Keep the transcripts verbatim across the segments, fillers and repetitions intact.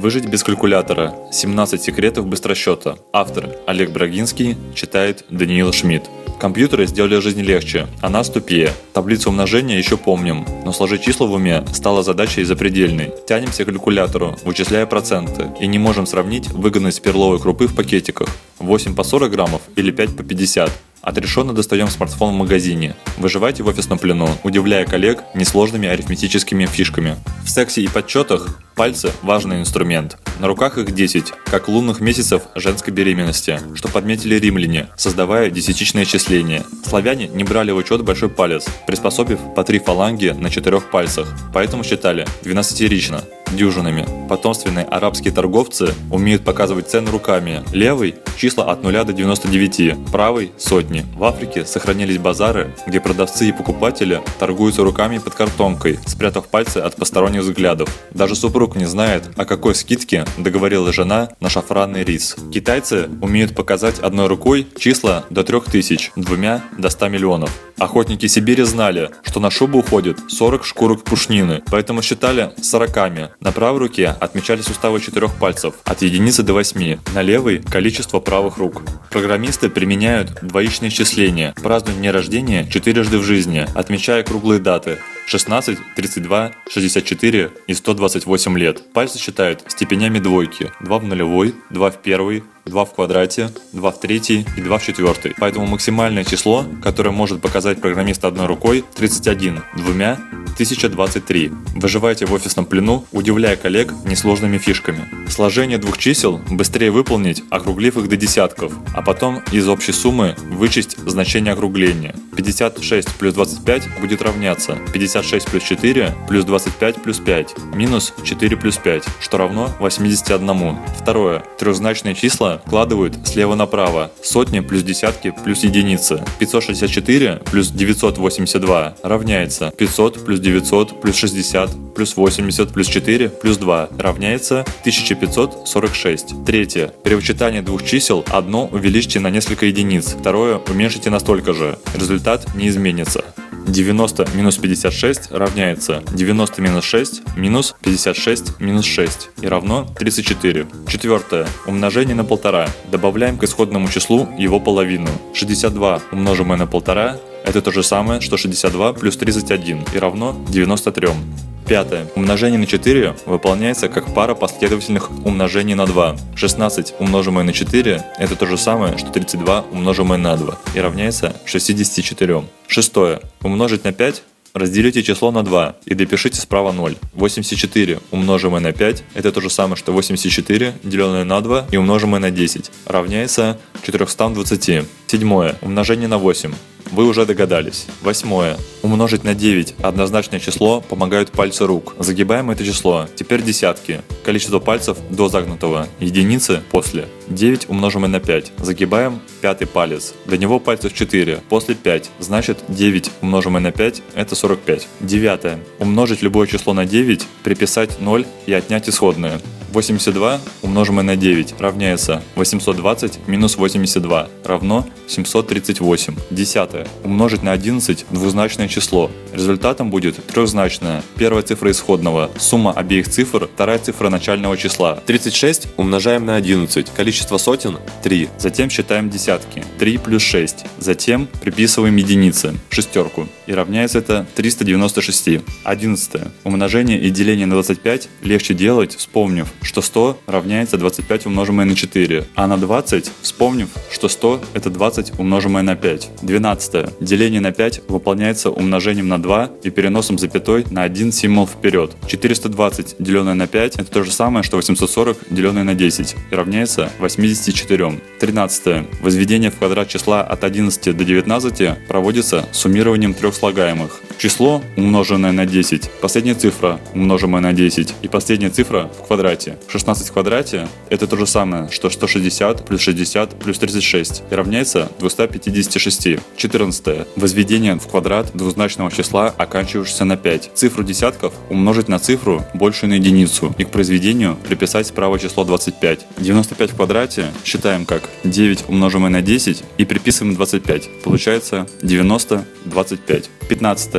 Выжить без калькулятора. семнадцать секретов быстросчета. Автор Олег Брагинский, читает Даниил Шмидт. Компьютеры сделали жизнь легче, а нас тупее. Таблицу умножения еще помним, но сложить числа в уме стала задачей запредельной. Тянемся к калькулятору, вычисляя проценты, и не можем сравнить выгодность перловой крупы в пакетиках. восемь по сорок граммов или пять по пятьдесят. Отрешенно достаем смартфон в магазине. Выживайте в офисном плену, удивляя коллег несложными арифметическими фишками. В сексе и подсчетах пальцы – важный инструмент. На руках их десять, как лунных месяцев женской беременности, что подметили римляне, создавая десятичное числение. Славяне не брали в учет большой палец, приспособив по три фаланги на четырех пальцах, поэтому считали двенадцатерично, дюжинами. Потомственные арабские торговцы умеют показывать цены руками. Левый – числа от нуля до девяноста девяти, правый – сотни. В Африке сохранились базары, где продавцы и покупатели торгуются руками под картонкой, спрятав пальцы от посторонних взглядов. Даже супруг не знает, о какой скидке договорилась жена на шафранный рис. Китайцы умеют показать одной рукой числа до трех тысяч, двумя до ста миллионов. Охотники Сибири знали, что на шубу уходит сорок шкурок пушнины, поэтому считали сороками. На правой руке отмечали суставы четырех пальцев, от единицы до восьми, на левой – количество правых рук. Программисты применяют двоичное исчисление, празднуют дни рождения четырежды в жизни, отмечая круглые даты – шестнадцать, тридцать два, шестьдесят четыре и сто двадцать восемь лет. Пальцы считают степенями двойки – два в нулевой, два в первой, два в квадрате, два в третьей и два в четвертой. Поэтому максимальное число, которое может показать программист одной рукой – тридцать один, двумя – тысяча двадцать три. Выживайте в офисном плену, удивляя коллег несложными фишками. Сложение двух чисел быстрее выполнить, округлив их до десятков, а потом из общей суммы вычесть значение округления. пятьдесят шесть плюс двадцать пять будет равняться пятьдесят шесть плюс четыре плюс двадцать пять плюс пять минус четыре плюс пять, что равно восьмидесяти одному. Второе. Трехзначные числа вкладывают слева направо. Сотни плюс десятки плюс единицы. пятьсот шестьдесят четыре плюс девятьсот восемьдесят два равняется пятьсот плюс девятьсот плюс шестьдесят плюс восемьдесят плюс четыре плюс два равняется тысяча пятьсот сорок шесть. Третье. При вычитании двух чисел одно увеличьте на несколько единиц, второе уменьшите на столько же. Результат не изменится. девяносто минус пятьдесят шесть равняется девяносто минус шесть минус пятьдесят шесть минус шесть и равно тридцать четыре. Четвертое. Умножение на полтора. Добавляем к исходному числу его половину. шестьдесят два умноженное на полтора – это то же самое, что шестьдесят два плюс тридцать один и равно девяноста трём. Пятое. Умножение на четыре выполняется как пара последовательных умножений на два. шестнадцать умноженное на четыре – это то же самое, что тридцать два умноженное на два и равняется шестидесяти четырем. Шестое. Умножить на пять – разделите число на два и допишите справа ноль. восемьдесят четыре умноженное на пять – это то же самое, что восемьдесят четыре деленное на два и умноженное на десять равняется четырёмстам двадцати. Седьмое. Умножение на восемь. Вы уже догадались. Восьмое. Умножить на девять однозначное число помогают пальцы рук. Загибаем это число. Теперь десятки. Количество пальцев до загнутого. Единицы после. девять умноженное на пять. Загибаем пятый палец. До него пальцев четыре. После пять. Значит девять умноженное на пять это сорок пять. Девятое. Умножить любое число на девять, приписать ноль и отнять исходное. восемьдесят два умноженное на девять равняется восемьсот двадцать минус восемьдесят два равно семьсот тридцать восемь. Десятое. Умножить на одиннадцать двузначное число. Результатом будет трехзначное. Первая цифра исходного. Сумма обеих цифр. Вторая цифра начального числа. тридцать шесть умножаем на одиннадцать. Количество сотен – три. Затем считаем десятки. три плюс шесть. Затем приписываем единицы. Шестерку. И равняется это триста девяносто шесть. Одиннадцатое. Умножение и деление на двадцать пять легче делать, вспомнив, что сто равняется двадцать пять умноженное на четыре, а на двадцать, вспомнив, что сто это двадцать умноженное на пять. двенадцатое. Деление на пять выполняется умножением на два и переносом запятой на один символ вперед. четыреста двадцать деленное на пять это то же самое, что восемьсот сорок деленное на десять и равняется восьмидесяти четырем. тринадцатое. Возведение в квадрат числа от одиннадцати до девятнадцати проводится суммированием трех слагаемых. Число, умноженное на десять, последняя цифра, умноженная на десять и последняя цифра в квадрате. шестнадцать в квадрате это то же самое, что сто шестьдесят плюс шестьдесят плюс тридцать шесть и равняется двумстам пятидесяти шести. четырнадцатое. Возведение в квадрат двузначного числа, оканчивающегося на пять. Цифру десятков умножить на цифру, большую на единицу, и к произведению приписать справа число двадцать пять. девяносто пять в квадрате считаем как девять умноженное на десять и приписываем двадцать пять. Получается девяносто двадцать пять. пятнадцатое.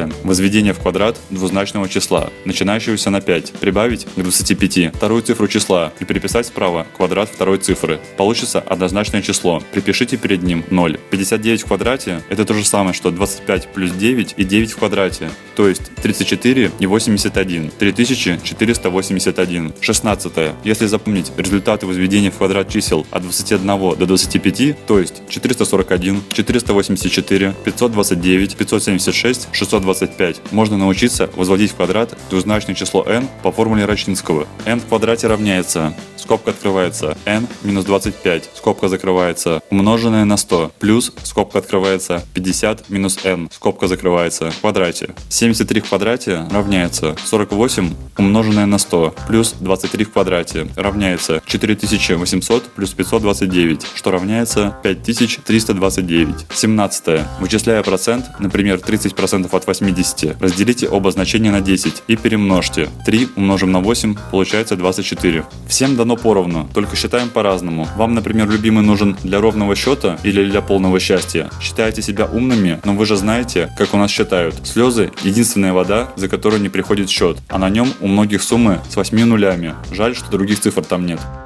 семнадцатое. Возведение в квадрат двузначного числа, начинающегося на пять. Прибавить к двадцати пяти вторую цифру числа и переписать справа квадрат второй цифры. Получится однозначное число. Припишите перед ним ноль. пятьдесят девять в квадрате – это то же самое, что двадцать пять плюс девять и девять в квадрате. То есть тридцать четыре и восемьдесят один. три тысячи четыреста восемьдесят один. шестнадцатое. Если запомнить результаты возведения в квадрат чисел от двадцати одного до двадцати пяти, то есть четыреста сорок один, четыреста восемьдесят четыре, пятьсот двадцать девять, пятьсот семьдесят шесть, шестьсот двадцать пять, можно научиться возводить в квадрат двузначное число n по формуле Рачинского. n в квадрате равняется, скобка открывается, n минус двадцать пять, скобка закрывается, умноженное на сто, плюс, скобка открывается, пятьдесят минус n, скобка закрывается, в квадрате. семьдесят три в квадрате равняется сорок восемь умноженное на сто, плюс двадцать три в квадрате равняется четыре тысячи восемьсот плюс пятьсот двадцать девять, что равняется пять тысяч триста двадцать девять. семнадцатое. Вычисляя процент, например, тридцать процентов от восьмидесяти, разделите оба значения на десять и перемножьте. три умножим на восемь, получается двадцать четыре. Всем дано поровну, только считаем по-разному. Вам, например, любимый нужен для ровного счета или для полного счастья. Считаете себя умными, но вы же знаете, как у нас считают. Слезы – единственная вода, за которую не приходит счет, а на нем у многих суммы с восьми нулями. Жаль, что других цифр там нет.